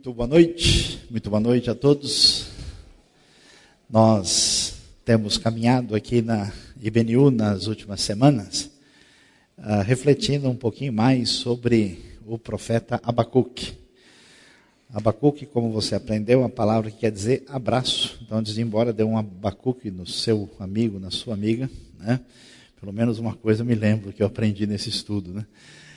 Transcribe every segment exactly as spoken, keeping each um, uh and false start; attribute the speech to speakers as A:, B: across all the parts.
A: Muito boa noite, muito boa noite a todos. Nós temos caminhado aqui na I B N U nas últimas semanas, uh, refletindo um pouquinho mais sobre o profeta Abacuque. Abacuque, como você aprendeu, é uma palavra que quer dizer abraço. Então, antes de ir embora, dê um Abacuque no seu amigo, na sua amiga, né? Pelo menos uma coisa eu me lembro que eu aprendi nesse estudo, né?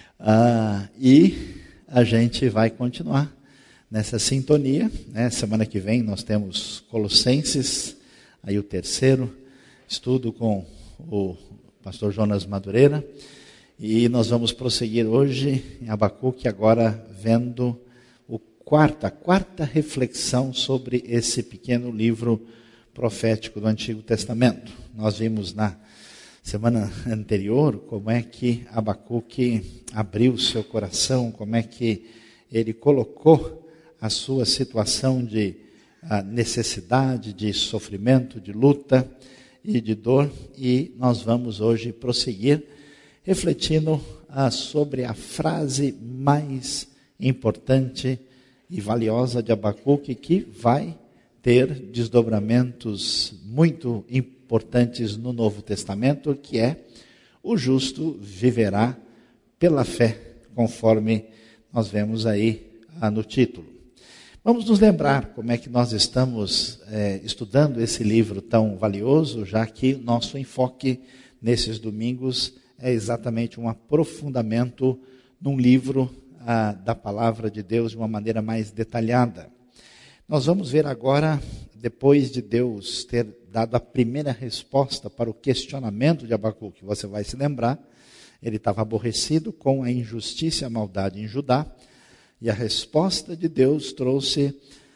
A: Uh, e a gente vai continuar nessa sintonia, né? Semana que vem nós temos Colossenses, aí o terceiro estudo com o pastor Jonas Madureira, e nós vamos prosseguir hoje em Abacuque, agora vendo o quarta, a quarta reflexão sobre esse pequeno livro profético do Antigo Testamento. Nós vimos na semana anterior como é que Abacuque abriu seu coração, como é que ele colocou a sua situação de uh, necessidade, de sofrimento, de luta e de dor. E nós vamos hoje prosseguir refletindo uh, sobre a frase mais importante e valiosa de Abacuque, que vai ter desdobramentos muito importantes no Novo Testamento, que é: o justo viverá pela fé, conforme nós vemos aí uh, no título. Vamos nos lembrar como é que nós estamos é, estudando esse livro tão valioso, já que nosso enfoque nesses domingos é exatamente um aprofundamento num livro ah, da palavra de Deus de uma maneira mais detalhada. Nós vamos ver agora, depois de Deus ter dado a primeira resposta para o questionamento de Abacuque, você vai se lembrar, ele estava aborrecido com a injustiça e a maldade em Judá. E a resposta de Deus trouxe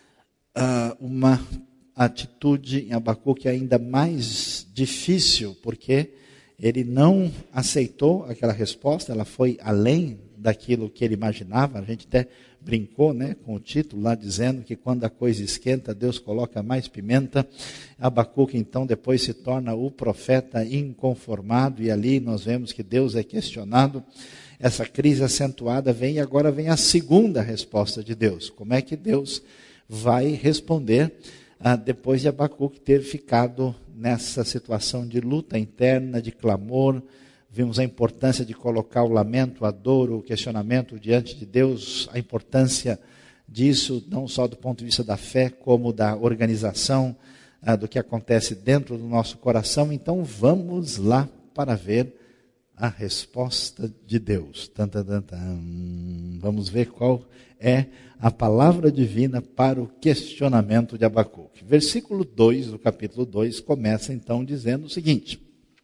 A: uh, uma atitude em Abacuque ainda mais difícil, porque ele não aceitou aquela resposta, ela foi além daquilo que ele imaginava. A gente até brincou, né, com o título lá, dizendo que quando a coisa esquenta, Deus coloca mais pimenta. Abacuque então depois se torna o profeta inconformado, e ali nós vemos que Deus é questionado. Essa crise acentuada vem, e agora vem a segunda resposta de Deus. Como é que Deus vai responder ah, depois de Abacuque ter ficado nessa situação de luta interna, de clamor? Vimos a importância de colocar o lamento, a dor, o questionamento diante de Deus, a importância disso, não só do ponto de vista da fé, como da organização ah, do que acontece dentro do nosso coração. Então vamos lá para ver a resposta de Deus. Tan, tan, tan, tan. Vamos ver qual é a palavra divina para o questionamento de Abacuque. Versículo dois do capítulo dois começa então dizendo o seguinte: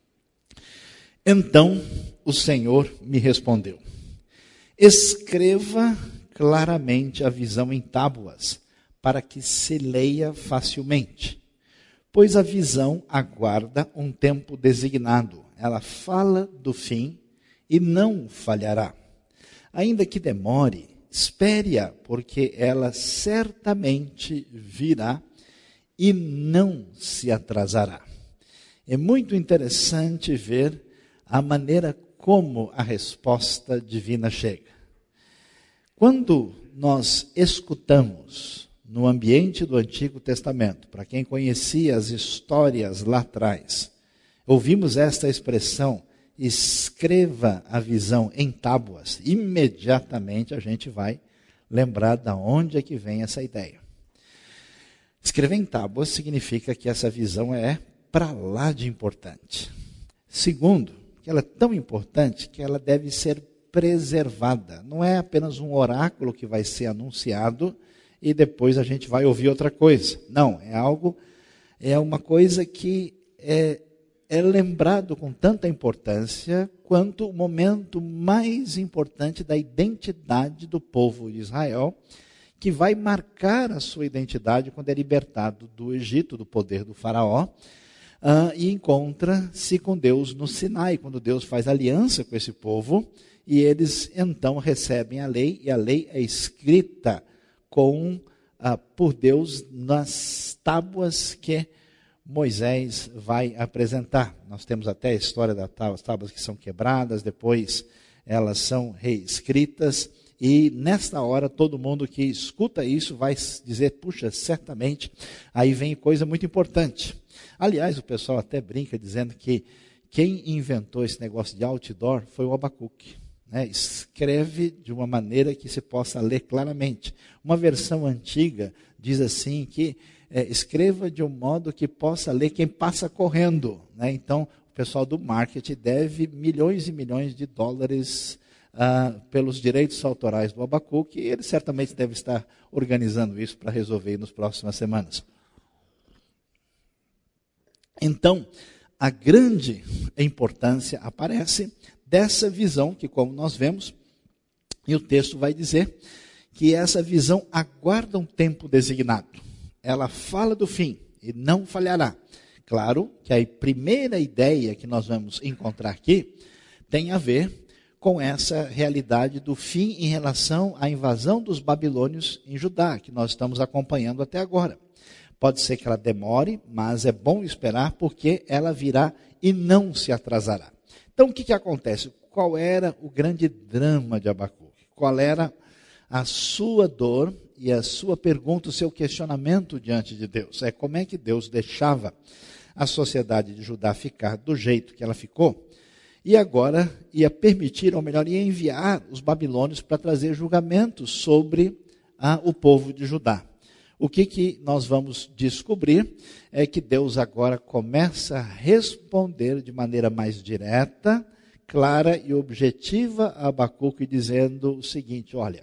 A: Então o Senhor me respondeu: escreva claramente a visão em tábuas, para que se leia facilmente. Pois a visão aguarda um tempo designado. Ela fala do fim e não falhará. Ainda que demore, espere-a, porque ela certamente virá e não se atrasará. É muito interessante ver a maneira como a resposta divina chega. Quando nós escutamos no ambiente do Antigo Testamento, para quem conhecia as histórias lá atrás, ouvimos esta expressão: escreva a visão em tábuas, imediatamente a gente vai lembrar de onde é que vem essa ideia. Escrever em tábuas significa que essa visão é para lá de importante. Segundo, que ela é tão importante que ela deve ser preservada. Não é apenas um oráculo que vai ser anunciado e depois a gente vai ouvir outra coisa. Não, é algo, é uma coisa que é é lembrado com tanta importância quanto o momento mais importante da identidade do povo de Israel, que vai marcar a sua identidade quando é libertado do Egito, do poder do faraó, uh, e encontra-se com Deus no Sinai, quando Deus faz aliança com esse povo, e eles então recebem a lei, e a lei é escrita com, uh, por Deus nas tábuas que Moisés vai apresentar. Nós temos até a história das tábuas que são quebradas, depois elas são reescritas, E nesta hora, todo mundo que escuta isso vai dizer, puxa, certamente, aí vem coisa muito importante. Aliás, o pessoal até brinca dizendo que quem inventou esse negócio de outdoor foi o Abacuque. Né? Escreve de uma maneira que se possa ler claramente. Uma versão antiga diz assim que é, escreva de um modo que possa ler quem passa correndo. Né? Então, o pessoal do marketing deve milhões e milhões de dólares Ah, pelos direitos autorais do Abacuque, e ele certamente deve estar organizando isso para resolver nas próximas semanas. Então, a grande importância aparece dessa visão que, como nós vemos, e o texto vai dizer que essa visão aguarda um tempo designado. Ela fala do fim e não falhará. Claro que a primeira ideia que nós vamos encontrar aqui tem a ver com essa realidade do fim em relação à invasão dos babilônios em Judá, que nós estamos acompanhando até agora. Pode ser que ela demore, mas é bom esperar, porque ela virá e não se atrasará. Então, o que, que acontece? Qual era o grande drama de Abacuque? Qual era a sua dor e a sua pergunta, o seu questionamento diante de Deus? É como é que Deus deixava a sociedade de Judá ficar do jeito que ela ficou, e agora ia permitir, ou melhor, ia enviar os babilônios para trazer julgamentos sobre ah, o povo de Judá. O que, que nós vamos descobrir é que Deus agora começa a responder de maneira mais direta, clara e objetiva a Abacuque, dizendo o seguinte: olha,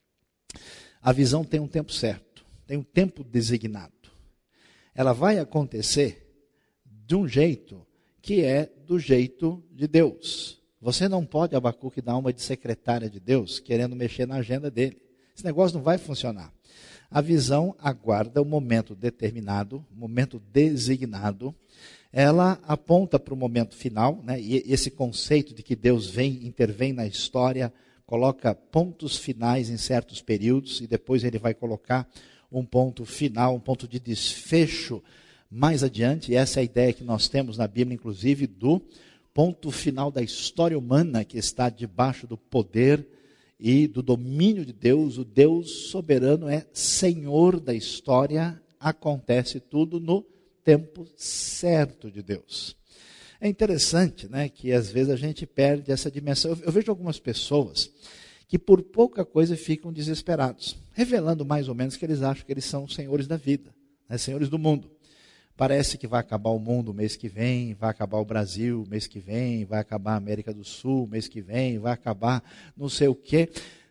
A: a visão tem um tempo certo, tem um tempo designado. Ela vai acontecer de um jeito que é do jeito de Deus. Você não pode, Abacuque, dar uma de secretária de Deus, querendo mexer na agenda dele. Esse negócio não vai funcionar. A visão aguarda o momento determinado, o momento designado. Ela aponta para o momento final, né? E esse conceito de que Deus vem, intervém na história, coloca pontos finais em certos períodos, e depois ele vai colocar um ponto final, um ponto de desfecho mais adiante. E essa é a ideia que nós temos na Bíblia, inclusive, do ponto final da história humana, que está debaixo do poder e do domínio de Deus. O Deus soberano é Senhor da história, acontece tudo no tempo certo de Deus. É interessante, né, que às vezes a gente perde essa dimensão. Eu, eu vejo algumas pessoas que por pouca coisa ficam desesperados, revelando mais ou menos que eles acham que eles são senhores da vida, né, senhores do mundo. Parece que vai acabar o mundo mês que vem, vai acabar o Brasil mês que vem, vai acabar a América do Sul mês que vem, vai acabar não sei o quê.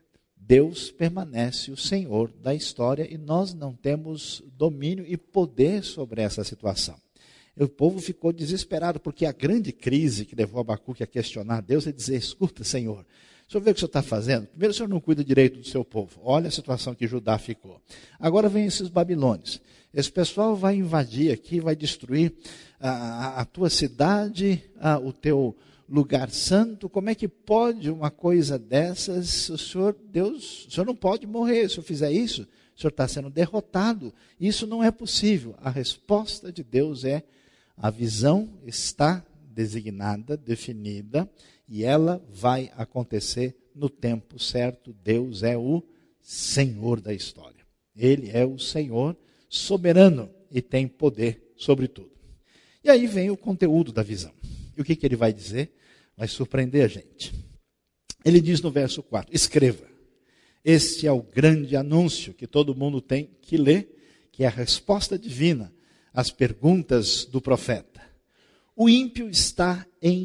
A: Deus permanece o Senhor da história e nós não temos domínio e poder sobre essa situação. E o povo ficou desesperado, porque a grande crise que levou Abacuque a questionar Deus é dizer: escuta, Senhor, o senhor vê o que o senhor está fazendo? Primeiro, o senhor não cuida direito do seu povo. Olha a situação que Judá ficou. Agora vem esses babilônios. Esse pessoal vai invadir aqui, vai destruir a, a, a tua cidade, a, o teu lugar santo. Como é que pode uma coisa dessas? O senhor, Deus, o senhor não pode morrer. Se eu fizer isso, o senhor está sendo derrotado. Isso não é possível. A resposta de Deus é: a visão está designada, definida, e ela vai acontecer no tempo certo. Deus é o Senhor da história. Ele é o Senhor soberano e tem poder sobre tudo. E aí vem o conteúdo da visão. E o que, que ele vai dizer? Vai surpreender a gente. Ele diz no verso quatro: escreva. Este é o grande anúncio que todo mundo tem que ler, que é a resposta divina às perguntas do profeta. O ímpio está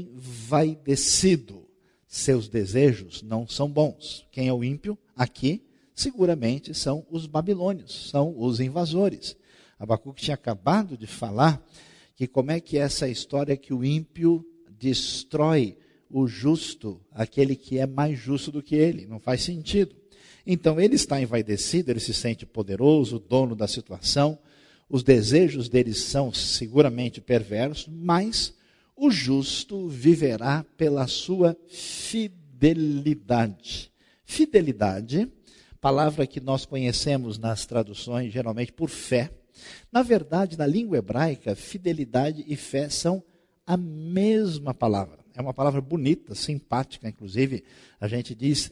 A: envaidecido, seus desejos não são bons. Quem é o ímpio? Aqui, seguramente são os babilônios, são os invasores. Abacuque tinha acabado de falar que como é que é essa história que o ímpio destrói o justo, aquele que é mais justo do que ele. Não faz sentido. Então ele está envaidecido, ele se sente poderoso, dono da situação. Os desejos deles são seguramente perversos, mas o justo viverá pela sua fidelidade. Fidelidade, palavra que nós conhecemos nas traduções geralmente por fé. Na verdade, na língua hebraica, fidelidade e fé são a mesma palavra. é uma palavra bonita, simpática, inclusive, a gente diz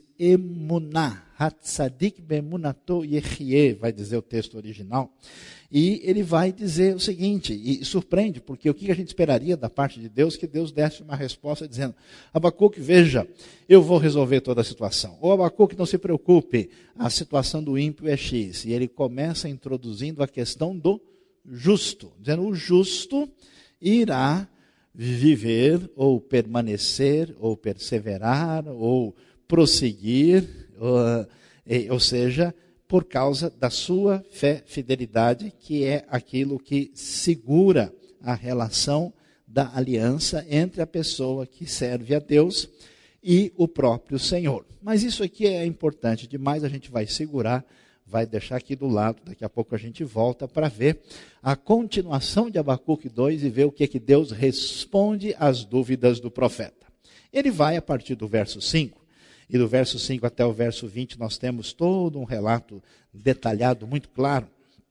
A: emuná, hatzadik bemunato yechie, vai dizer o texto original, e ele vai dizer o seguinte, e surpreende, porque o que a gente esperaria da parte de Deus, que Deus desse uma resposta dizendo, Abacuque, veja, eu vou resolver toda a situação, ou Abacuque, não se preocupe, a situação do ímpio é X, e ele começa introduzindo a questão do justo, dizendo, o justo irá viver, ou permanecer, ou perseverar, ou prosseguir, ou, ou seja, por causa da sua fé, fidelidade, que é aquilo que segura a relação da aliança entre a pessoa que serve a Deus e o próprio Senhor. Mas isso aqui é importante demais, a gente vai segurar, vai deixar aqui do lado, daqui a pouco a gente volta para ver a continuação de Abacuque dois e ver o que, é que Deus responde às dúvidas do profeta. Ele vai a partir do verso cinco, e do verso cinco até o verso vinte nós temos todo um relato detalhado, muito claro,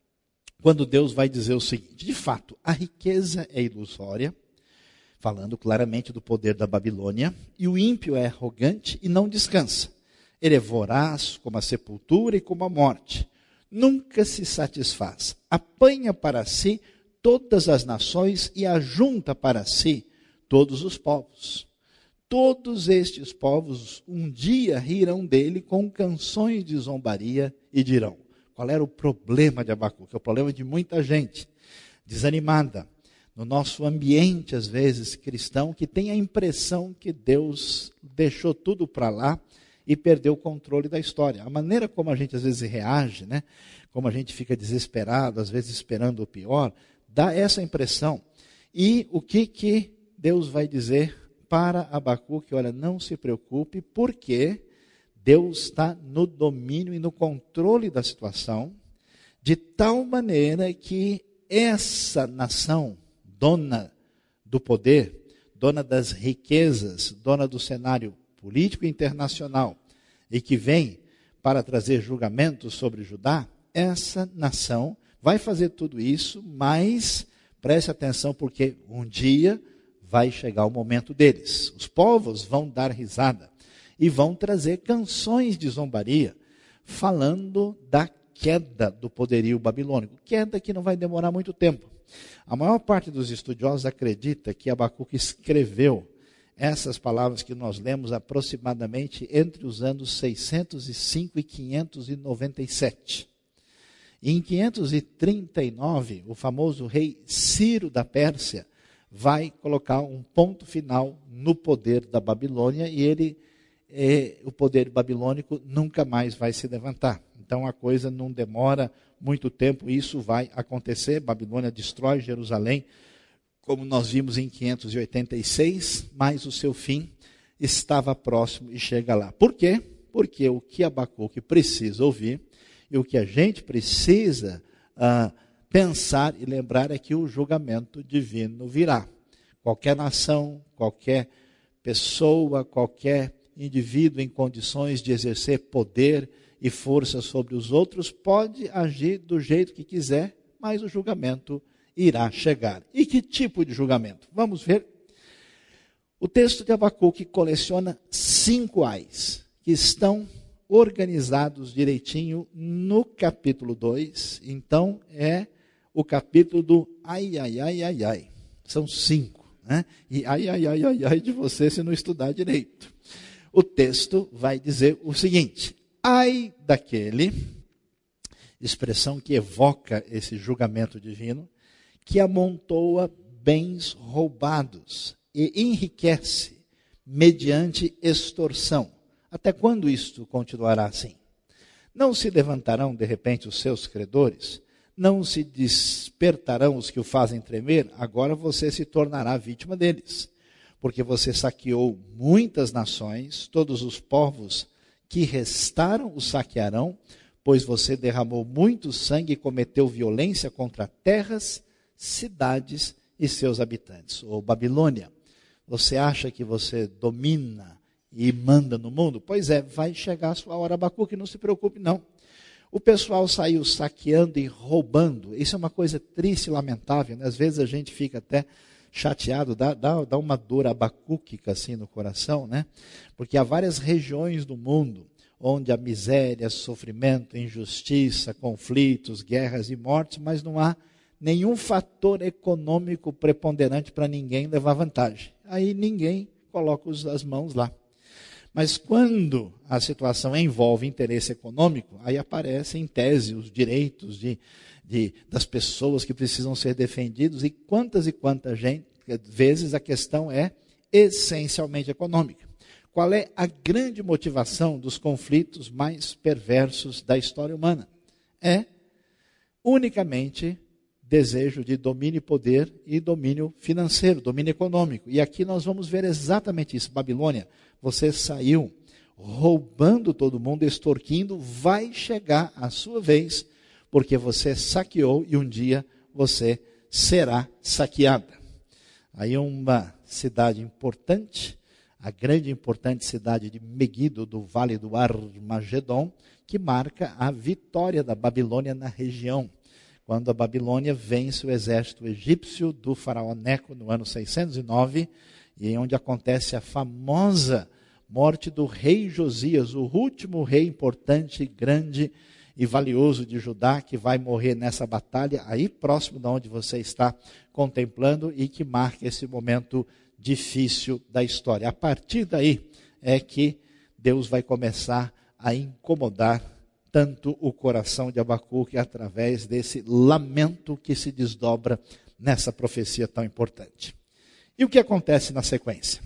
A: quando Deus vai dizer o seguinte, de fato, a riqueza é ilusória, falando claramente do poder da Babilônia, e o ímpio é arrogante e não descansa. Ele é voraz como a sepultura e como a morte. Nunca se satisfaz. Apanha para si todas as nações e ajunta para si todos os povos. Todos estes povos um dia rirão dele com canções de zombaria e dirão. Qual era o problema de Abacuque? É o problema de muita gente desanimada no nosso ambiente, às vezes, cristão, que tem a impressão que Deus deixou tudo para lá e perdeu o controle da história. A maneira como a gente às vezes reage, né? Como a gente fica desesperado, às vezes esperando o pior, dá essa impressão. E o que, que Deus vai dizer para Abacuque? Olha, não se preocupe, porque Deus está no domínio e no controle da situação, de tal maneira que essa nação, dona do poder, dona das riquezas, dona do cenário político internacional, e que vem para trazer julgamento sobre Judá, essa nação vai fazer tudo isso, mas preste atenção, porque um dia vai chegar o momento deles. Os povos vão dar risada e vão trazer canções de zombaria, falando da queda do poderio babilônico, queda que não vai demorar muito tempo. A maior parte dos estudiosos acredita que Abacuque escreveu essas palavras que nós lemos aproximadamente entre os anos seiscentos e cinco e quinhentos e noventa e sete. E em quinhentos e trinta e nove, o famoso rei Ciro da Pérsia vai colocar um ponto final no poder da Babilônia e ele, eh, o poder babilônico nunca mais vai se levantar. Então a coisa não demora muito tempo, isso vai acontecer. Babilônia destrói Jerusalém, como nós vimos em quinhentos e oitenta e seis, mas o seu fim estava próximo e chega lá. Por quê? Porque o que Abacuque precisa ouvir e o que a gente precisa ah, pensar e lembrar é que o julgamento divino virá. Qualquer nação, qualquer pessoa, qualquer indivíduo em condições de exercer poder e força sobre os outros pode agir do jeito que quiser, mas o julgamento irá chegar. E que tipo de julgamento? Vamos ver. O texto de Abacuque coleciona cinco ais, que estão organizados direitinho no capítulo dois. Então, é o capítulo do ai, ai, ai, ai, ai. São cinco, né? E ai, ai, ai, ai, ai de você se não estudar direito. O texto vai dizer o seguinte: ai daquele, expressão que evoca esse julgamento divino, que amontoa bens roubados e enriquece mediante extorsão. Até quando isto continuará assim? Não se levantarão de repente os seus credores? Não se despertarão os que o fazem tremer? Agora você se tornará vítima deles, porque você saqueou muitas nações, todos os povos que restaram o saquearão, pois você derramou muito sangue e cometeu violência contra terras, cidades e seus habitantes. Ô Babilônia, você acha que você domina e manda no mundo? Pois é, vai chegar a sua hora, Abacuque, não se preocupe não. O pessoal saiu saqueando e roubando. Isso é uma coisa triste e lamentável, né? Às vezes a gente fica até chateado, dá, dá, dá uma dor abacúquica assim no coração, né? Porque há várias regiões do mundo onde há miséria, sofrimento, injustiça, conflitos, guerras e mortes, mas não há nenhum fator econômico preponderante para ninguém levar vantagem. Aí ninguém coloca as mãos lá. Mas quando a situação envolve interesse econômico, aí aparecem em tese os direitos de, de, das pessoas que precisam ser defendidos, e quantas e quantas gente, vezes a questão é essencialmente econômica. Qual é a grande motivação dos conflitos mais perversos da história humana? É unicamente desejo de domínio e poder e domínio financeiro, domínio econômico. E aqui nós vamos ver exatamente isso. Babilônia, você saiu roubando todo mundo, extorquindo, vai chegar a sua vez, porque você saqueou e um dia você será saqueada. Aí uma cidade importante, a grande e importante cidade de Megido, do Vale do Armagedon, que marca a vitória da Babilônia na região. Quando a Babilônia vence o exército egípcio do faraó Neco no ano seiscentos e nove, e onde acontece a famosa morte do rei Josias, o último rei importante, grande e valioso de Judá, que vai morrer nessa batalha, aí próximo de onde você está contemplando, e que marca esse momento difícil da história. A partir daí é que Deus vai começar a incomodar tanto o coração de Abacuque através desse lamento que se desdobra nessa profecia tão importante. E o que acontece na sequência?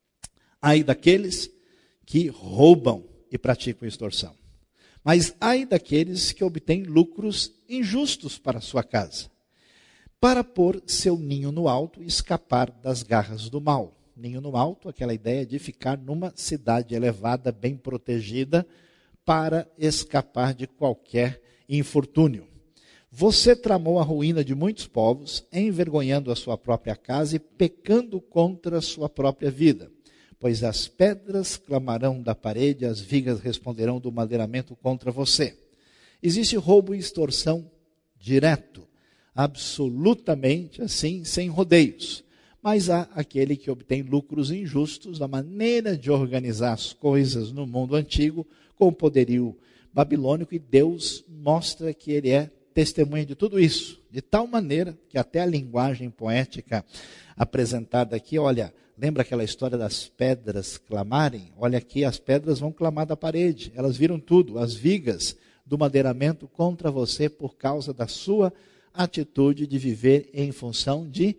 A: Ai daqueles que roubam e praticam extorsão. Mas ai daqueles que obtêm lucros injustos para a sua casa, para pôr seu ninho no alto e escapar das garras do mal. Ninho no alto, aquela ideia de ficar numa cidade elevada, bem protegida, para escapar de qualquer infortúnio. Você tramou a ruína de muitos povos, envergonhando a sua própria casa e pecando contra a sua própria vida. Pois as pedras clamarão da parede, as vigas responderão do madeiramento contra você. Existe roubo e extorsão direto, absolutamente assim, sem rodeios. Mas há aquele que obtém lucros injustos, a maneira de organizar as coisas no mundo antigo, com o poderio babilônico, e Deus mostra que ele é testemunha de tudo isso, de tal maneira que até a linguagem poética apresentada aqui, olha, lembra aquela história das pedras clamarem? Olha aqui, as pedras vão clamar da parede, elas viram tudo, as vigas do madeiramento contra você por causa da sua atitude de viver em função de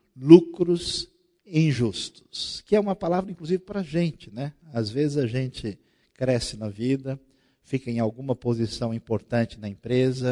A: lucros injustos, que é uma palavra inclusive para a gente, né? Às vezes a gente cresce na vida, fica em alguma posição importante na empresa,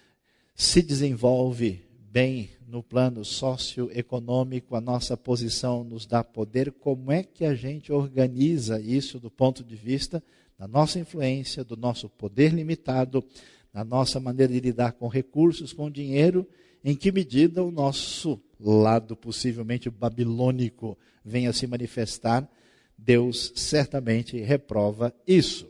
A: se desenvolve bem no plano socioeconômico, a nossa posição nos dá poder. Como é que a gente organiza isso do ponto de vista da nossa influência, do nosso poder limitado, da nossa maneira de lidar com recursos, com dinheiro? Em que medida o nosso lado possivelmente babilônico venha se manifestar? Deus certamente reprova isso.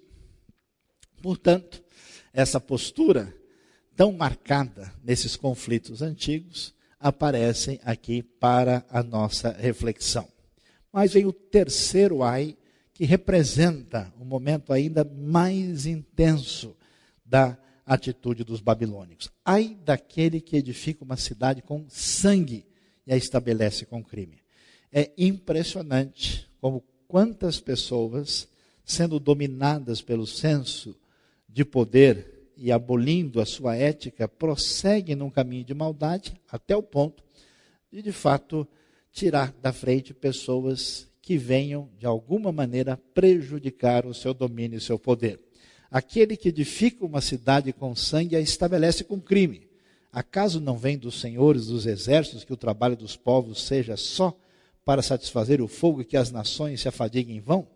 A: Portanto, essa postura tão marcada nesses conflitos antigos aparece aqui para a nossa reflexão. Mas vem o terceiro ai, que representa um momento ainda mais intenso da atitude dos babilônicos. Ai daquele que edifica uma cidade com sangue e a estabelece com crime. É impressionante como quantas pessoas, sendo dominadas pelo senso de poder e abolindo a sua ética, prosseguem num caminho de maldade até o ponto de, de fato, tirar da frente pessoas que venham, de alguma maneira, prejudicar o seu domínio e o seu poder. Aquele que edifica uma cidade com sangue a estabelece com crime. Acaso não vem dos senhores dos exércitos que o trabalho dos povos seja só para satisfazer o fogo e que as nações se afadiguem em vão?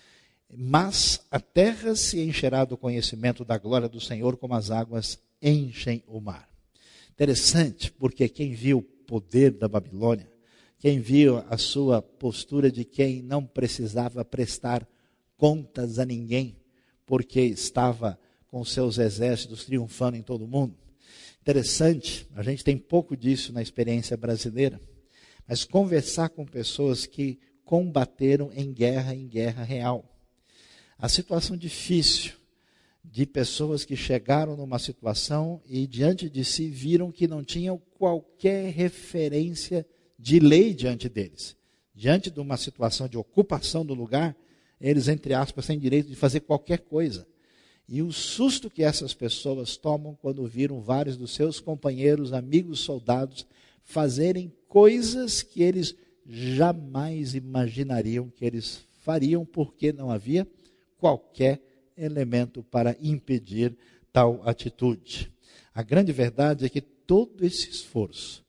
A: Mas a terra se encherá do conhecimento da glória do Senhor, como as águas enchem o mar. Interessante, porque quem viu o poder da Babilônia, quem viu a sua postura de quem não precisava prestar contas a ninguém, porque estava com seus exércitos triunfando em todo o mundo. Interessante, a gente tem pouco disso na experiência brasileira, mas conversar com pessoas que combateram em guerra, em guerra real. A situação difícil de pessoas que chegaram numa situação e diante de si viram que não tinham qualquer referência de lei diante deles. Diante de uma situação de ocupação do lugar, eles, entre aspas, têm direito de fazer qualquer coisa. E o susto que essas pessoas tomam quando viram vários dos seus companheiros, amigos, soldados, fazerem coisas que eles jamais imaginariam que eles fariam, porque não havia qualquer elemento para impedir tal atitude. A grande verdade é que todo esse esforço,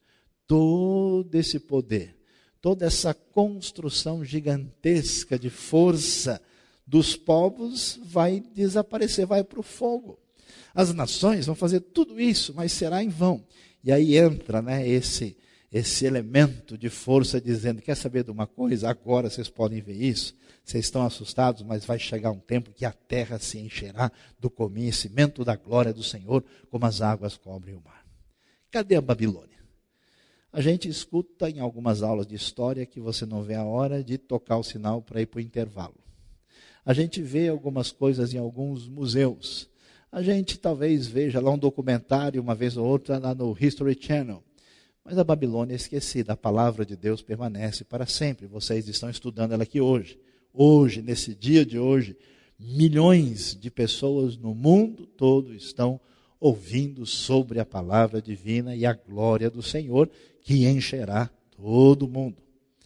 A: todo esse poder, toda essa construção gigantesca de força dos povos vai desaparecer, vai para o fogo. As nações vão fazer tudo isso, mas será em vão. E aí entra, né, esse, esse elemento de força dizendo, quer saber de uma coisa? Agora vocês podem ver isso. Vocês estão assustados, mas vai chegar um tempo que a terra se encherá do conhecimento da glória do Senhor, como as águas cobrem o mar. Cadê a Babilônia? A gente escuta em algumas aulas de história que você não vê a hora de tocar o sinal para ir para o intervalo. A gente vê algumas coisas em alguns museus. A gente talvez veja lá um documentário uma vez ou outra lá no History Channel. Mas a Babilônia é esquecida, a palavra de Deus permanece para sempre. Vocês estão estudando ela aqui hoje. Hoje, nesse dia de hoje, milhões de pessoas no mundo todo estão ouvindo sobre a palavra divina e a glória do Senhor, que encherá todo mundo.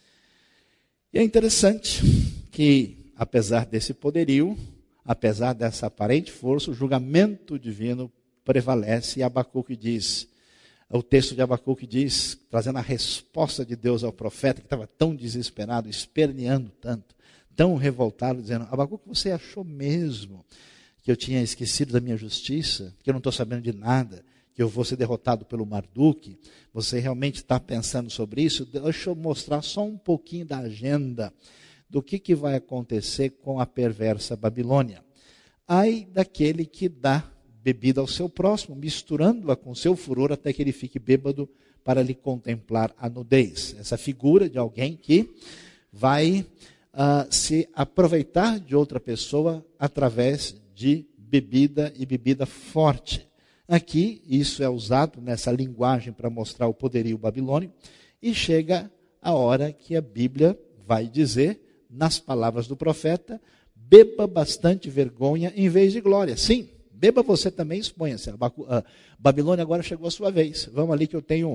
A: E é interessante que, apesar desse poderio, apesar dessa aparente força, o julgamento divino prevalece. E Abacuque diz, o texto de Abacuque diz, trazendo a resposta de Deus ao profeta, que estava tão desesperado, esperneando tanto, tão revoltado, dizendo, Abacuque, você achou mesmo que eu tinha esquecido da minha justiça, que eu não estou sabendo de nada, que eu vou ser derrotado pelo Marduk? Você realmente está pensando sobre isso? Deixa eu mostrar só um pouquinho da agenda do que, que vai acontecer com a perversa Babilônia. Ai daquele que dá bebida ao seu próximo, misturando-a com seu furor até que ele fique bêbado para lhe contemplar a nudez. Essa figura de alguém que vai uh, se aproveitar de outra pessoa através de bebida e bebida forte. Aqui, isso é usado nessa linguagem para mostrar o poderio babilônico, e chega a hora que a Bíblia vai dizer, nas palavras do profeta, beba bastante vergonha em vez de glória. Sim, beba você também, exponha-se. A Babilônia agora chegou a sua vez. Vamos ali que eu tenho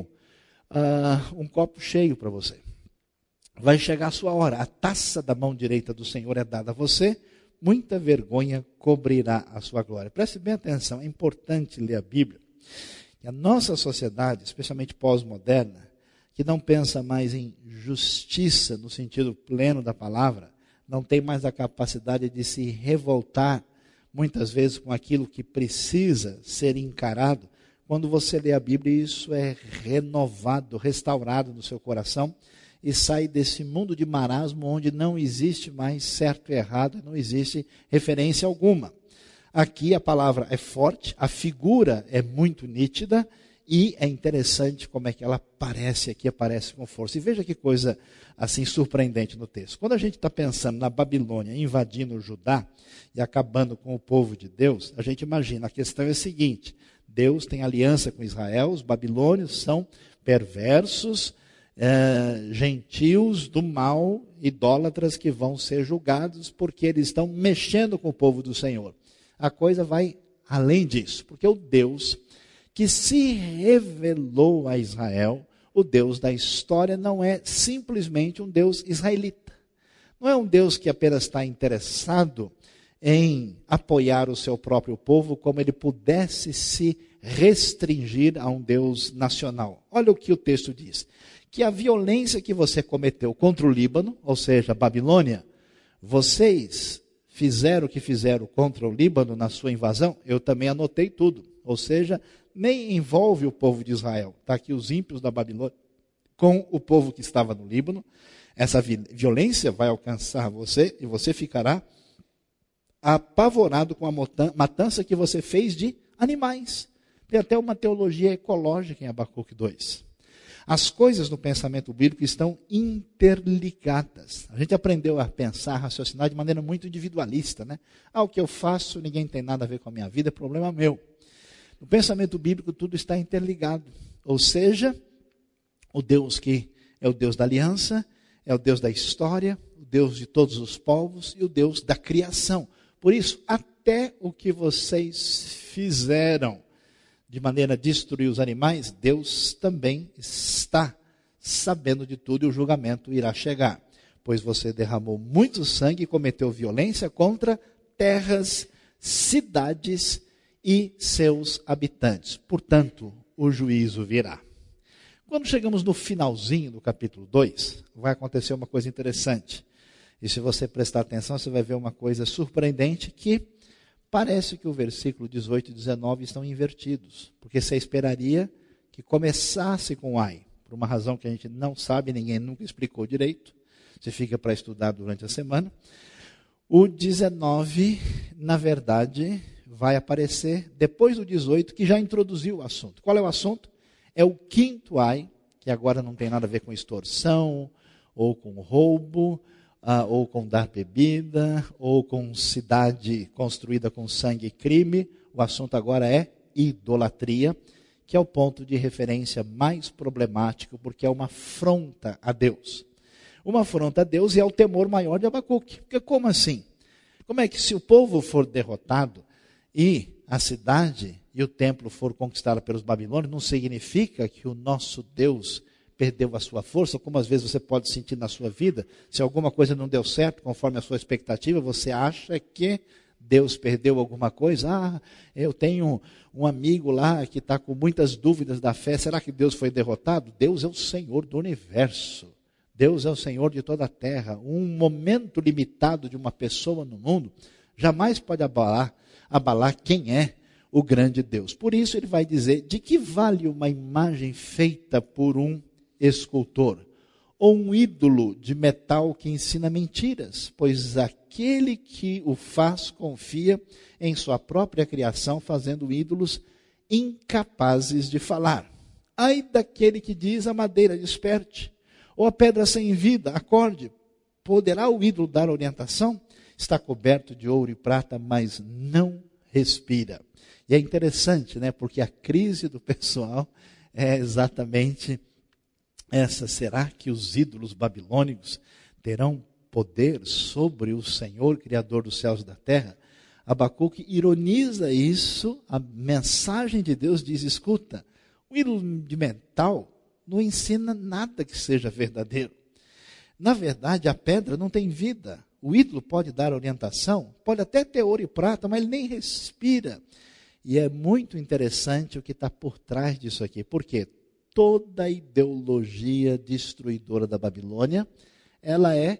A: uh, um copo cheio para você. Vai chegar a sua hora. A taça da mão direita do Senhor é dada a você. Muita vergonha cobrirá a sua glória. Preste bem atenção, é importante ler a Bíblia. E a nossa sociedade, especialmente pós-moderna, que não pensa mais em justiça no sentido pleno da palavra, não tem mais a capacidade de se revoltar, muitas vezes, com aquilo que precisa ser encarado. Quando você lê a Bíblia, isso é renovado, restaurado no seu coração, e sai desse mundo de marasmo onde não existe mais certo e errado, não existe referência alguma. Aqui a palavra é forte, a figura é muito nítida, e é interessante como é que ela aparece aqui, aparece com força. E veja que coisa assim surpreendente no texto. Quando a gente está pensando na Babilônia invadindo o Judá e acabando com o povo de Deus, a gente imagina, a questão é a seguinte, Deus tem aliança com Israel, os babilônios são perversos, é, gentios do mal, idólatras que vão ser julgados porque eles estão mexendo com o povo do Senhor. A coisa vai além disso, porque o Deus que se revelou a Israel, o Deus da história, não é simplesmente um Deus israelita. Não é um Deus que apenas está interessado em apoiar o seu próprio povo, como ele pudesse se restringir a um Deus nacional. Olha o que o texto diz. Que a violência que você cometeu contra o Líbano, ou seja, a Babilônia, vocês fizeram o que fizeram contra o Líbano na sua invasão, eu também anotei tudo. Ou seja, nem envolve o povo de Israel. Está aqui os ímpios da Babilônia com o povo que estava no Líbano. Essa violência vai alcançar você e você ficará apavorado com a matança que você fez de animais. Tem até uma teologia ecológica em Abacuque dois. As coisas no pensamento bíblico estão interligadas. A gente aprendeu a pensar, a raciocinar de maneira muito individualista, né? Ah, o que eu faço, ninguém tem nada a ver com a minha vida, é problema meu. No pensamento bíblico, tudo está interligado. Ou seja, o Deus que é o Deus da aliança, é o Deus da história, o Deus de todos os povos e o Deus da criação. Por isso, até o que vocês fizeram de maneira a destruir os animais, Deus também está sabendo de tudo e o julgamento irá chegar. Pois você derramou muito sangue e cometeu violência contra terras, cidades e seus habitantes. Portanto, o juízo virá. Quando chegamos no finalzinho do capítulo dois, vai acontecer uma coisa interessante. E se você prestar atenção, você vai ver uma coisa surpreendente que parece que o versículo dezoito e dezenove estão invertidos. Porque você esperaria que começasse com ai. Por uma razão que a gente não sabe, ninguém nunca explicou direito. Você fica para estudar durante a semana. O dezenove, na verdade, vai aparecer depois do dezoito, que já introduziu o assunto. Qual é o assunto? É o quinto ai, que agora não tem nada a ver com extorsão, ou com roubo, Uh, ou com dar bebida, ou com cidade construída com sangue e crime. O assunto agora é idolatria, que é o ponto de referência mais problemático, porque é uma afronta a Deus. Uma afronta a Deus e é o temor maior de Abacuque. Porque como assim? Como é que se o povo for derrotado e a cidade e o templo for conquistado pelos babilônios, não significa que o nosso Deus perdeu a sua força, como às vezes você pode sentir na sua vida, se alguma coisa não deu certo conforme a sua expectativa, você acha que Deus perdeu alguma coisa? Ah, eu tenho um amigo lá que está com muitas dúvidas da fé, será que Deus foi derrotado? Deus é o Senhor do universo, Deus é o Senhor de toda a terra. Um momento limitado de uma pessoa no mundo jamais pode abalar, abalar quem é o grande Deus. Por isso ele vai dizer, de que vale uma imagem feita por um escultor, ou um ídolo de metal que ensina mentiras, pois aquele que o faz confia em sua própria criação, fazendo ídolos incapazes de falar. Ai daquele que diz a madeira desperte, ou a pedra sem vida acorde. Poderá o ídolo dar orientação? Está coberto de ouro e prata, mas não respira. E é interessante, né? Porque a crise do pessoal é exatamente essa. Será que os ídolos babilônicos terão poder sobre o Senhor, Criador dos céus e da terra? Abacuque ironiza isso, a mensagem de Deus diz, escuta, o ídolo de metal não ensina nada que seja verdadeiro. Na verdade, a pedra não tem vida. O ídolo pode dar orientação, pode até ter ouro e prata, mas ele nem respira. E é muito interessante o que está por trás disso aqui. Por quê? Toda a ideologia destruidora da Babilônia, ela é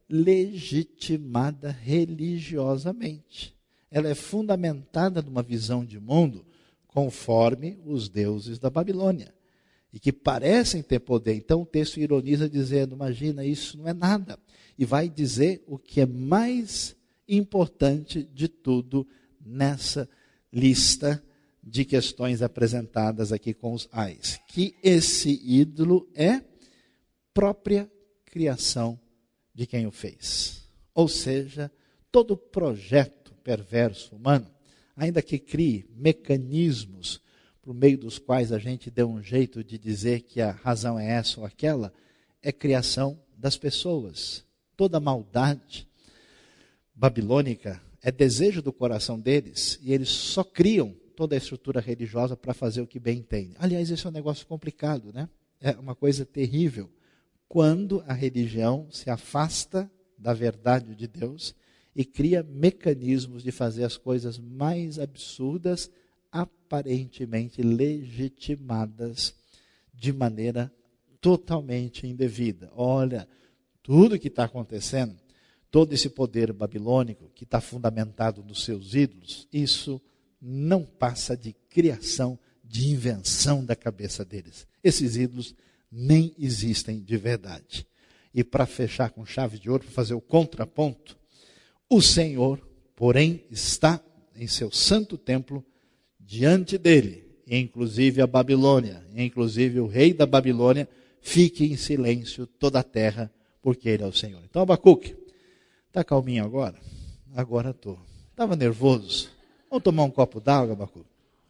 A: legitimada religiosamente. Ela é fundamentada numa visão de mundo conforme os deuses da Babilônia. E que parecem ter poder. Então o texto ironiza dizendo, imagina, isso não é nada. E vai dizer o que é mais importante de tudo nessa lista de questões apresentadas aqui com os ais, que esse ídolo é própria criação de quem o fez. Ou seja, todo projeto perverso humano, ainda que crie mecanismos por meio dos quais a gente dê um jeito de dizer que a razão é essa ou aquela, é criação das pessoas. Toda maldade babilônica é desejo do coração deles, e eles só criam toda a estrutura religiosa para fazer o que bem entendem. Aliás, esse é um negócio complicado, né? É uma coisa terrível. Quando a religião se afasta da verdade de Deus e cria mecanismos de fazer as coisas mais absurdas, aparentemente legitimadas de maneira totalmente indevida. Olha, tudo que está acontecendo, todo esse poder babilônico que está fundamentado nos seus ídolos, isso não passa de criação, de invenção da cabeça deles. Esses ídolos nem existem de verdade. E para fechar com chave de ouro, para fazer o contraponto, o Senhor, porém, está em seu santo templo, diante dele inclusive a Babilônia, inclusive o rei da Babilônia, fique em silêncio toda a terra, porque ele é o Senhor. Então, Abacuque, está calminho agora? Agora estou. Estava nervoso? Vamos tomar um copo d'água, Abacuque?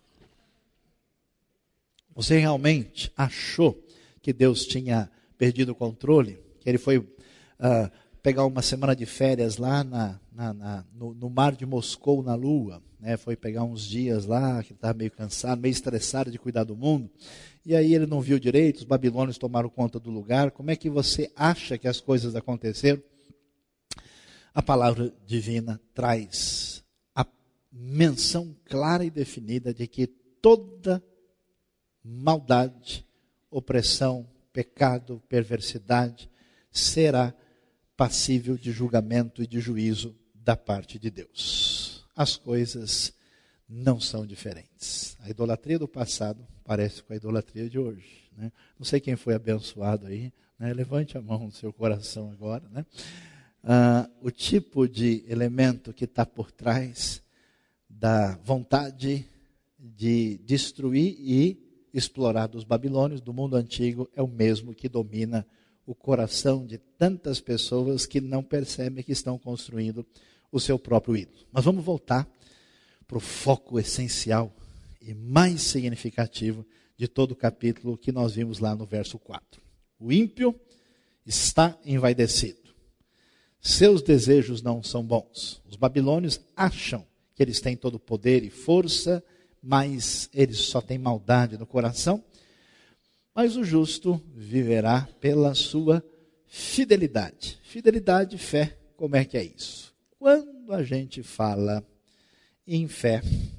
A: Você realmente achou que Deus tinha perdido o controle? Que ele foi uh, pegar uma semana de férias lá na, na, na, no, no mar de Moscou, na Lua, né? Foi pegar uns dias lá, que estava meio cansado, meio estressado de cuidar do mundo, e aí ele não viu direito, os babilônios tomaram conta do lugar. Como é que você acha que as coisas aconteceram? A palavra divina traz a menção clara e definida de que toda maldade, opressão, pecado, perversidade será passível de julgamento e de juízo da parte de Deus. As coisas não são diferentes. A idolatria do passado parece com a idolatria de hoje, né? Não sei quem foi abençoado aí, né? Levante a mão no seu coração agora, né? Ah, o tipo de elemento que está por trás da vontade de destruir e explorar dos babilônios, do mundo antigo, é o mesmo que domina o coração de tantas pessoas que não percebem que estão construindo o seu próprio ídolo. Mas vamos voltar para o foco essencial e mais significativo de todo o capítulo que nós vimos lá no verso quatro. O ímpio está envaidecido. Seus desejos não são bons. Os babilônios acham que eles têm todo o poder e força, mas eles só têm maldade no coração. Mas o justo viverá pela sua fidelidade. Fidelidade e fé, como é que é isso? Quando a gente fala em fé,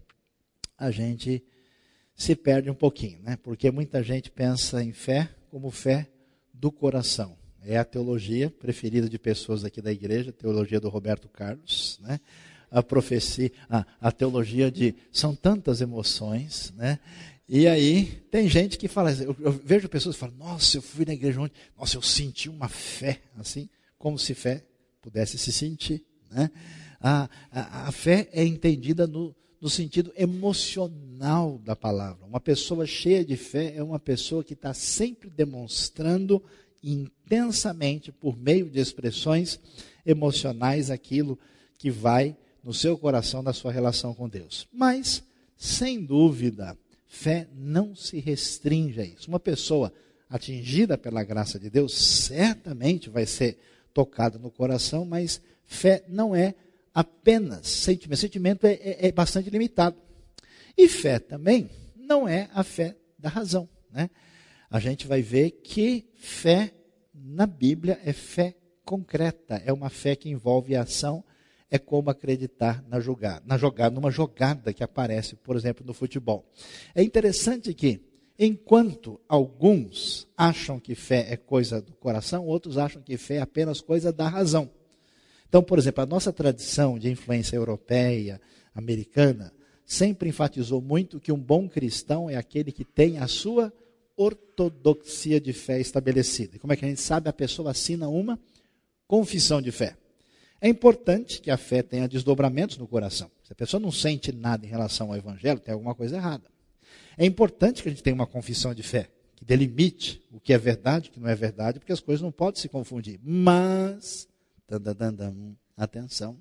A: a gente se perde um pouquinho, né? Porque muita gente pensa em fé como fé do coração. É a teologia preferida de pessoas aqui da igreja, a teologia do Roberto Carlos, né? A profecia, a, a teologia de são tantas emoções, né? E aí tem gente que fala, eu, eu vejo pessoas que falam, nossa, eu fui na igreja ontem, nossa, eu senti uma fé, assim, como se fé pudesse se sentir, né? A, a, a fé é entendida no, no sentido emocional da palavra. Uma pessoa cheia de fé é uma pessoa que está sempre demonstrando intensamente, por meio de expressões emocionais, aquilo que vai no seu coração, na sua relação com Deus. Mas, sem dúvida, fé não se restringe a isso. Uma pessoa atingida pela graça de Deus, certamente vai ser tocada no coração, mas fé não é apenas sentimento. Sentimento é, é, é bastante limitado. E fé também não é a fé da razão, né? A gente vai ver que fé na Bíblia é fé concreta, é uma fé que envolve a ação, é como acreditar na jogada, na jogada, numa jogada que aparece, por exemplo, no futebol. É interessante que, enquanto alguns acham que fé é coisa do coração, outros acham que fé é apenas coisa da razão. Então, por exemplo, a nossa tradição de influência europeia, americana, sempre enfatizou muito que um bom cristão é aquele que tem a sua ortodoxia de fé estabelecida. E como é que a gente sabe? A pessoa assina uma confissão de fé. É importante que a fé tenha desdobramentos no coração. Se a pessoa não sente nada em relação ao evangelho, tem alguma coisa errada. É importante que a gente tenha uma confissão de fé, que delimite o que é verdade e o que não é verdade, porque as coisas não podem se confundir. Mas, dandandandam, atenção,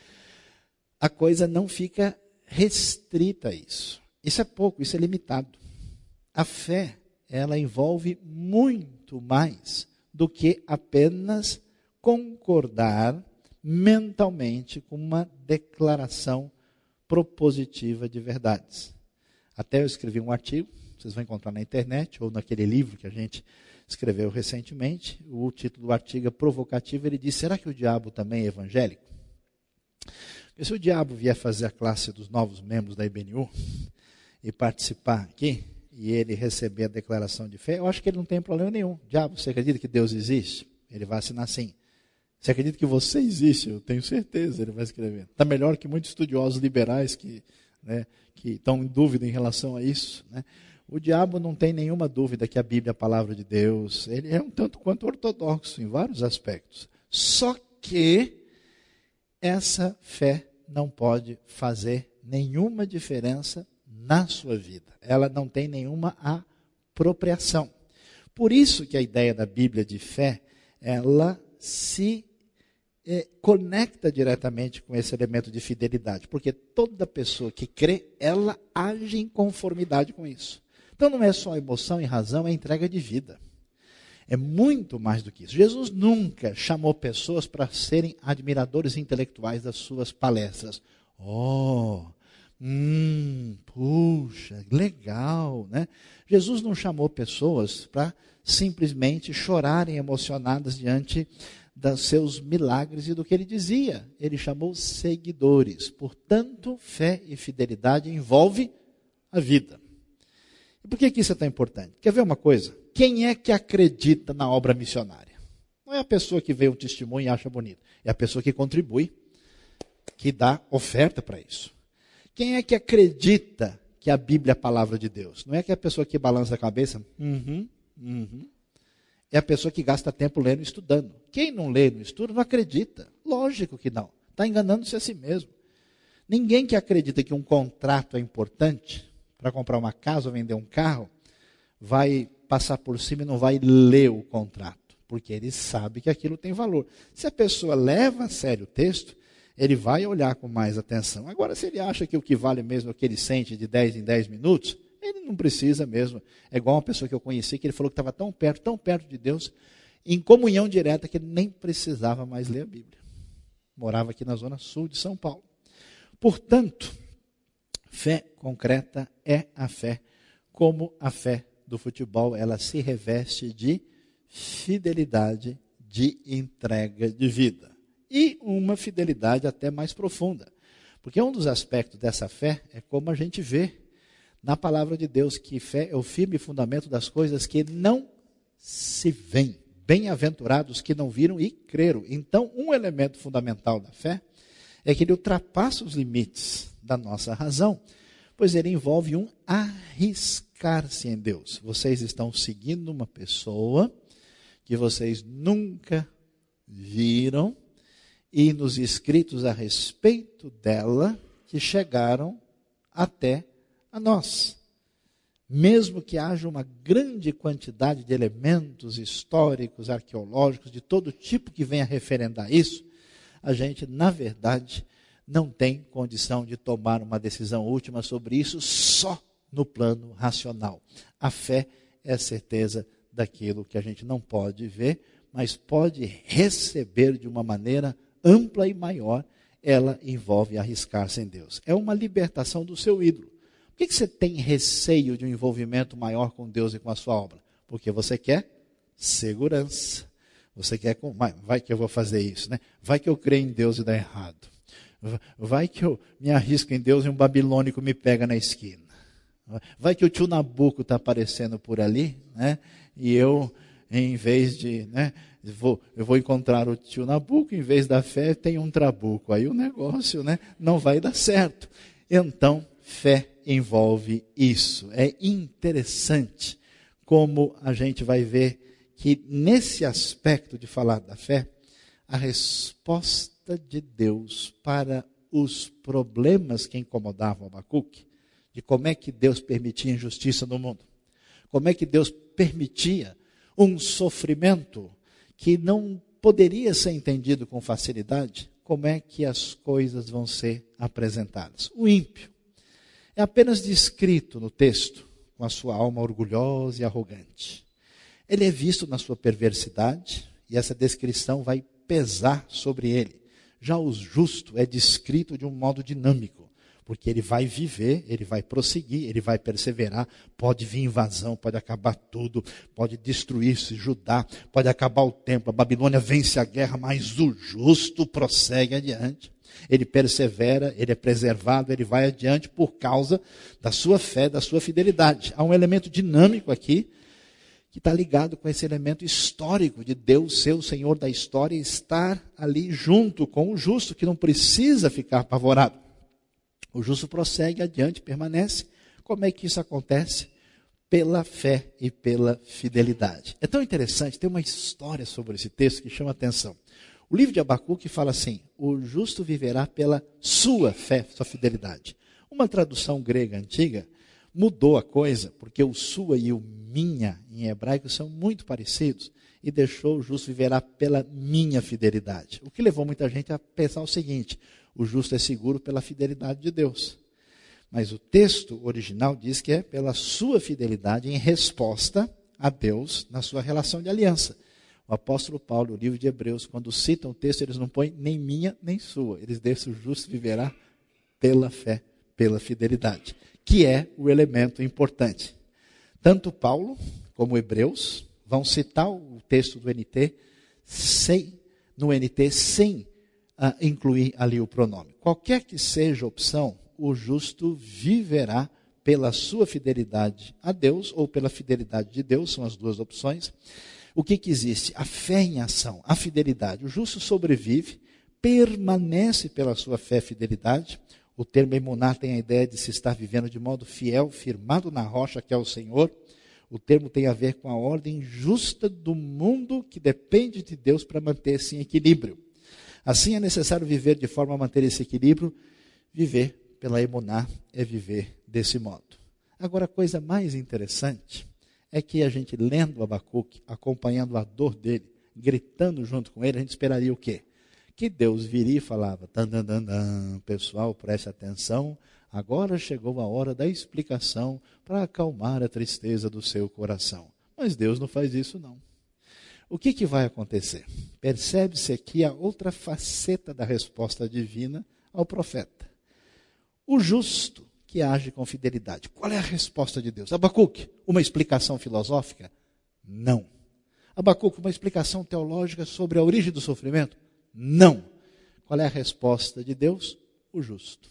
A: a coisa não fica restrita a isso. Isso é pouco, isso é limitado. A fé, ela envolve muito mais do que apenas concordar mentalmente com uma declaração propositiva de verdades. Até eu escrevi um artigo, vocês vão encontrar na internet, ou naquele livro que a gente escreveu recentemente. O título do artigo é provocativo, ele diz, será que o diabo também é evangélico? Porque se o diabo vier fazer a classe dos novos membros da I B N U e participar aqui, e ele receber a declaração de fé, eu acho que ele não tem problema nenhum. Diabo, você acredita que Deus existe? Ele vai assinar assim. Você acredita que você existe? Eu tenho certeza, ele vai escrever. Está melhor que muitos estudiosos liberais que, né, que estão em dúvida em relação a isso, né? O diabo não tem nenhuma dúvida que a Bíblia é a palavra de Deus. Ele é um tanto quanto ortodoxo em vários aspectos. Só que essa fé não pode fazer nenhuma diferença na sua vida. Ela não tem nenhuma apropriação. Por isso que a ideia da Bíblia de fé, ela se é, conecta diretamente com esse elemento de fidelidade. Porque toda pessoa que crê, ela age em conformidade com isso. Então não é só emoção e razão, é entrega de vida. É muito mais do que isso. Jesus nunca chamou pessoas para serem admiradores intelectuais das suas palestras. Oh, hum, puxa, legal, né? Jesus não chamou pessoas para simplesmente chorarem emocionadas diante dos seus milagres e do que ele dizia. Ele chamou seguidores. Portanto, fé e fidelidade envolve a vida. E por que que isso é tão importante? Quer ver uma coisa? Quem é que acredita na obra missionária? Não é a pessoa que vê um testemunho e acha bonito. É a pessoa que contribui, que dá oferta para isso. Quem é que acredita que a Bíblia é a palavra de Deus? Não é que é a pessoa que balança a cabeça? Uhum, uhum. É a pessoa que gasta tempo lendo e estudando. Quem não lê e não estuda não acredita. Lógico que não. Está enganando-se a si mesmo. Ninguém que acredita que um contrato é importante para comprar uma casa ou vender um carro, vai passar por cima e não vai ler o contrato, porque ele sabe que aquilo tem valor. Se a pessoa leva a sério o texto, ele vai olhar com mais atenção. Agora, se ele acha que o que vale mesmo é o que ele sente de dez em dez minutos, ele não precisa mesmo. É igual uma pessoa que eu conheci, que ele falou que estava tão perto, tão perto de Deus, em comunhão direta, que ele nem precisava mais ler a Bíblia. Morava aqui na zona sul de São Paulo. Portanto, fé concreta é a fé, como a fé do futebol, ela se reveste de fidelidade, de entrega de vida. E uma fidelidade até mais profunda. Porque um dos aspectos dessa fé é como a gente vê na palavra de Deus, que fé é o firme fundamento das coisas que não se veem. Bem-aventurados que não viram e creram. Então, um elemento fundamental da fé é que ele ultrapassa os limites da nossa razão, pois ele envolve um arriscar-se em Deus. Vocês estão seguindo uma pessoa que vocês nunca viram e nos escritos a respeito dela que chegaram até a nós. Mesmo que haja uma grande quantidade de elementos históricos, arqueológicos, de todo tipo que venha referendar isso, a gente, na verdade, não tem condição de tomar uma decisão última sobre isso só no plano racional. A fé é a certeza daquilo que a gente não pode ver, mas pode receber de uma maneira ampla e maior. Ela envolve arriscar-se em Deus. É uma libertação do seu ídolo. Por que que você tem receio de um envolvimento maior com Deus e com a sua obra? Porque você quer segurança. Você quer, vai, vai que eu vou fazer isso, né? Vai que eu creio em Deus e dá errado. Vai que eu me arrisco em Deus e um babilônico me pega na esquina. Vai que o tio Nabuco está aparecendo por ali, né? E eu, em vez de, né? Vou, eu vou encontrar o tio Nabuco, em vez da fé tem um trabuco. Aí o negócio, né? Não vai dar certo. Então, fé envolve isso. É interessante como a gente vai ver que nesse aspecto de falar da fé, a resposta de Deus para os problemas que incomodavam Abacuque, de como é que Deus permitia injustiça no mundo, como é que Deus permitia um sofrimento que não poderia ser entendido com facilidade, como é que as coisas vão ser apresentadas. O ímpio é apenas descrito no texto com a sua alma orgulhosa e arrogante. Ele é visto na sua perversidade e essa descrição vai pesar sobre ele. Já o justo é descrito de um modo dinâmico, porque ele vai viver, ele vai prosseguir, ele vai perseverar. Pode vir invasão, pode acabar tudo, pode destruir-se Judá, pode acabar o templo, a Babilônia vence a guerra, mas o justo prossegue adiante. Ele persevera, ele é preservado, ele vai adiante por causa da sua fé, da sua fidelidade. Há um elemento dinâmico aqui, que está ligado com esse elemento histórico de Deus ser o Senhor da história e estar ali junto com o justo, que não precisa ficar apavorado. O justo prossegue adiante, permanece. Como é que isso acontece? Pela fé e pela fidelidade. É tão interessante, tem uma história sobre esse texto que chama atenção. O livro de Abacuque fala assim: o justo viverá pela sua fé, sua fidelidade. Uma tradução grega antiga mudou a coisa, porque o sua e o minha em hebraico são muito parecidos, e deixou o justo viverá pela minha fidelidade. O que levou muita gente a pensar o seguinte: o justo é seguro pela fidelidade de Deus. Mas o texto original diz que é pela sua fidelidade em resposta a Deus na sua relação de aliança. O apóstolo Paulo, no livro de Hebreus, quando citam o texto, eles não põem nem minha nem sua. Eles deixam o justo viverá pela fé, pela fidelidade, que é o elemento importante. Tanto Paulo como Hebreus vão citar o texto do N T sem, no N T sem uh, incluir ali o pronome. Qualquer que seja a opção, o justo viverá pela sua fidelidade a Deus ou pela fidelidade de Deus, são as duas opções. O que que existe? A fé em ação, a fidelidade. O justo sobrevive, permanece pela sua fé e fidelidade. O termo emunar tem a ideia de se estar vivendo de modo fiel, firmado na rocha que é o Senhor. O termo tem a ver com a ordem justa do mundo que depende de Deus para manter-se em equilíbrio. Assim é necessário viver de forma a manter esse equilíbrio. Viver pela emunar é viver desse modo. Agora, a coisa mais interessante é que a gente lendo Abacuque, acompanhando a dor dele, gritando junto com ele, a gente esperaria o quê? Que Deus viria e falava: dan, dan, dan, dan, pessoal, preste atenção, agora chegou a hora da explicação para acalmar a tristeza do seu coração. Mas Deus não faz isso, não. O que, que vai acontecer? Percebe-se aqui a outra faceta da resposta divina ao profeta. O justo que age com fidelidade. Qual é a resposta de Deus? Abacuque, uma explicação filosófica? Não. Abacuque, uma explicação teológica sobre a origem do sofrimento? Não. Qual é a resposta de Deus? O justo.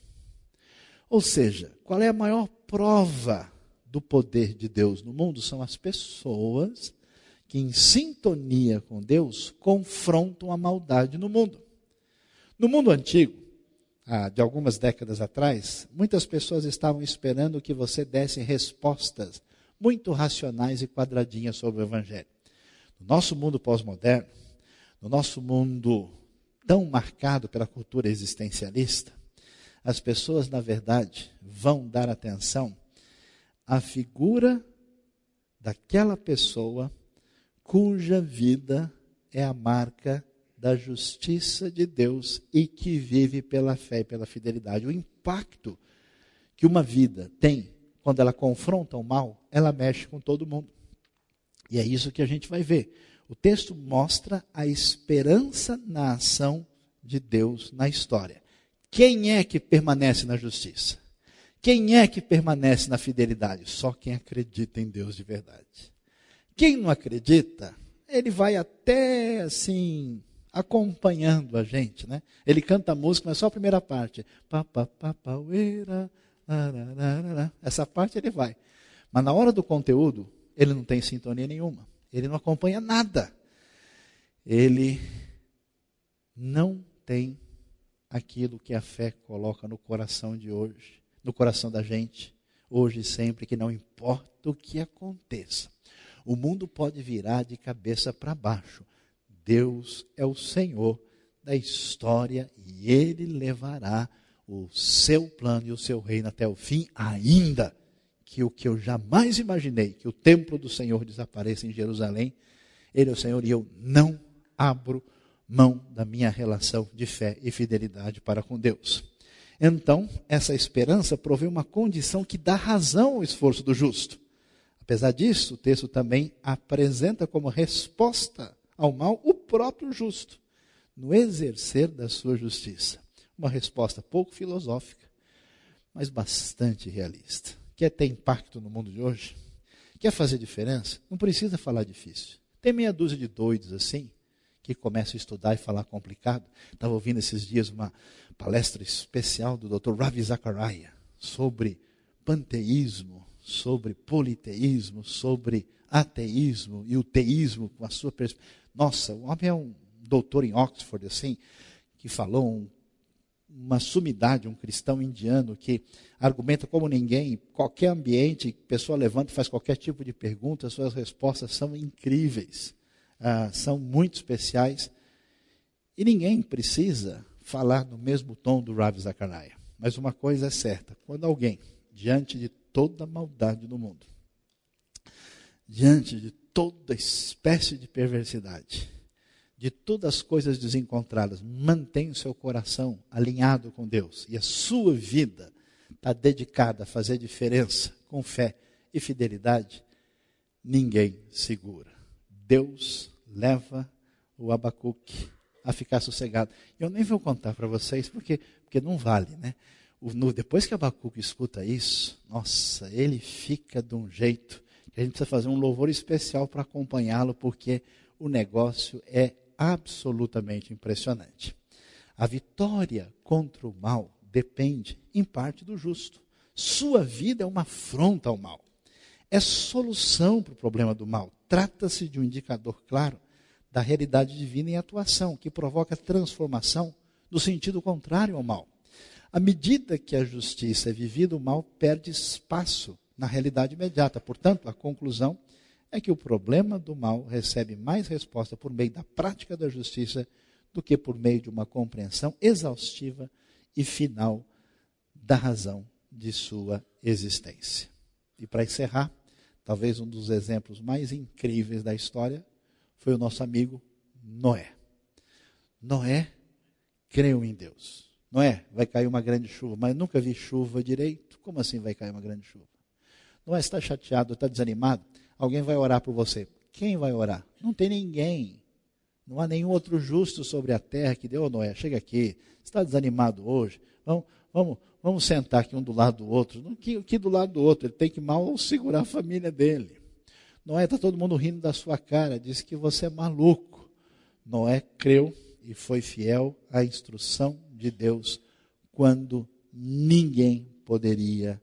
A: Ou seja, qual é a maior prova do poder de Deus no mundo? São as pessoas que, em sintonia com Deus, confrontam a maldade no mundo. No mundo antigo, ah, de algumas décadas atrás, muitas pessoas estavam esperando que você desse respostas muito racionais e quadradinhas sobre o Evangelho. No nosso mundo pós-moderno, no nosso mundo tão marcado pela cultura existencialista, as pessoas, na verdade, vão dar atenção à figura daquela pessoa cuja vida é a marca da justiça de Deus e que vive pela fé e pela fidelidade. O impacto que uma vida tem quando ela confronta o mal, ela mexe com todo mundo. E é isso que a gente vai ver. O texto mostra a esperança na ação de Deus na história. Quem é que permanece na justiça? Quem é que permanece na fidelidade? Só quem acredita em Deus de verdade. Quem não acredita, ele vai até assim acompanhando a gente, né? Ele canta a música, mas só a primeira parte. Pa, pa, pa, paueira, essa parte ele vai. Mas na hora do conteúdo, ele não tem sintonia nenhuma. Ele não acompanha nada. Ele não tem aquilo que a fé coloca no coração de hoje, no coração da gente, hoje e sempre, que não importa o que aconteça. O mundo pode virar de cabeça para baixo. Deus é o Senhor da história e Ele levará o seu plano e o seu reino até o fim, ainda que o que eu jamais imaginei, que o templo do Senhor desapareça em Jerusalém. Ele é o Senhor e eu não abro mão da minha relação de fé e fidelidade para com Deus. Então, essa esperança provê uma condição que dá razão ao esforço do justo. Apesar disso, o texto também apresenta como resposta ao mal o próprio justo, no exercer da sua justiça. Uma resposta pouco filosófica, mas bastante realista. Quer ter impacto no mundo de hoje? Quer fazer diferença? Não precisa falar difícil. Tem meia dúzia de doidos assim, que começam a estudar e falar complicado. Estava ouvindo esses dias uma palestra especial do doutor Ravi Zachariah sobre panteísmo, sobre politeísmo, sobre ateísmo e o teísmo com a sua perspectiva. Nossa, o homem é um doutor em Oxford, assim, que falou um, uma sumidade, um cristão indiano que argumenta como ninguém, em qualquer ambiente, a pessoa levanta e faz qualquer tipo de pergunta, suas respostas são incríveis, ah, são muito especiais, e ninguém precisa falar no mesmo tom do Ravi Zachariah. Mas uma coisa é certa, quando alguém, diante de toda a maldade do mundo, diante de toda espécie de perversidade, de todas as coisas desencontradas, mantém o seu coração alinhado com Deus e a sua vida está dedicada a fazer diferença com fé e fidelidade, ninguém segura. Deus leva o Abacuque a ficar sossegado. Eu nem vou contar para vocês, porque, porque não vale, né? O, no, depois que Abacuque escuta isso, nossa, ele fica de um jeito que a gente precisa fazer um louvor especial para acompanhá-lo, porque o negócio é absolutamente impressionante. A vitória contra o mal depende, em parte, do justo. Sua vida é uma afronta ao mal. É solução para o problema do mal. Trata-se de um indicador claro da realidade divina em atuação, que provoca transformação no sentido contrário ao mal. À medida que a justiça é vivida, o mal perde espaço na realidade imediata. Portanto, a conclusão é que o problema do mal recebe mais resposta por meio da prática da justiça do que por meio de uma compreensão exaustiva e final da razão de sua existência. E para encerrar, talvez um dos exemplos mais incríveis da história foi o nosso amigo Noé. Noé creu em Deus. Noé, vai cair uma grande chuva, mas nunca vi chuva direito. Como assim vai cair uma grande chuva? Noé está chateado, está desanimado? Alguém vai orar por você. Quem vai orar? Não tem ninguém. Não há nenhum outro justo sobre a terra que deu, Noé, chega aqui, você está desanimado hoje? Vamos, vamos, vamos sentar aqui um do lado do outro. Não, que, que do lado do outro? Ele tem que mal segurar a família dele. Noé, está todo mundo rindo da sua cara, disse que você é maluco. Noé creu e foi fiel à instrução de Deus quando ninguém poderia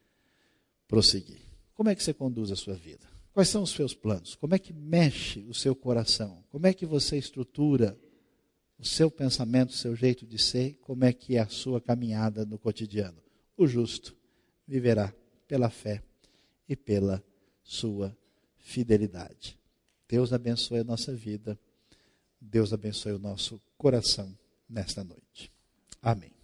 A: prosseguir. Como é que você conduz a sua vida? Quais são os seus planos? Como é que mexe o seu coração? Como é que você estrutura o seu pensamento, o seu jeito de ser? Como é que é a sua caminhada no cotidiano? O justo viverá pela fé e pela sua fidelidade. Deus abençoe a nossa vida. Deus abençoe o nosso coração nesta noite. Amém.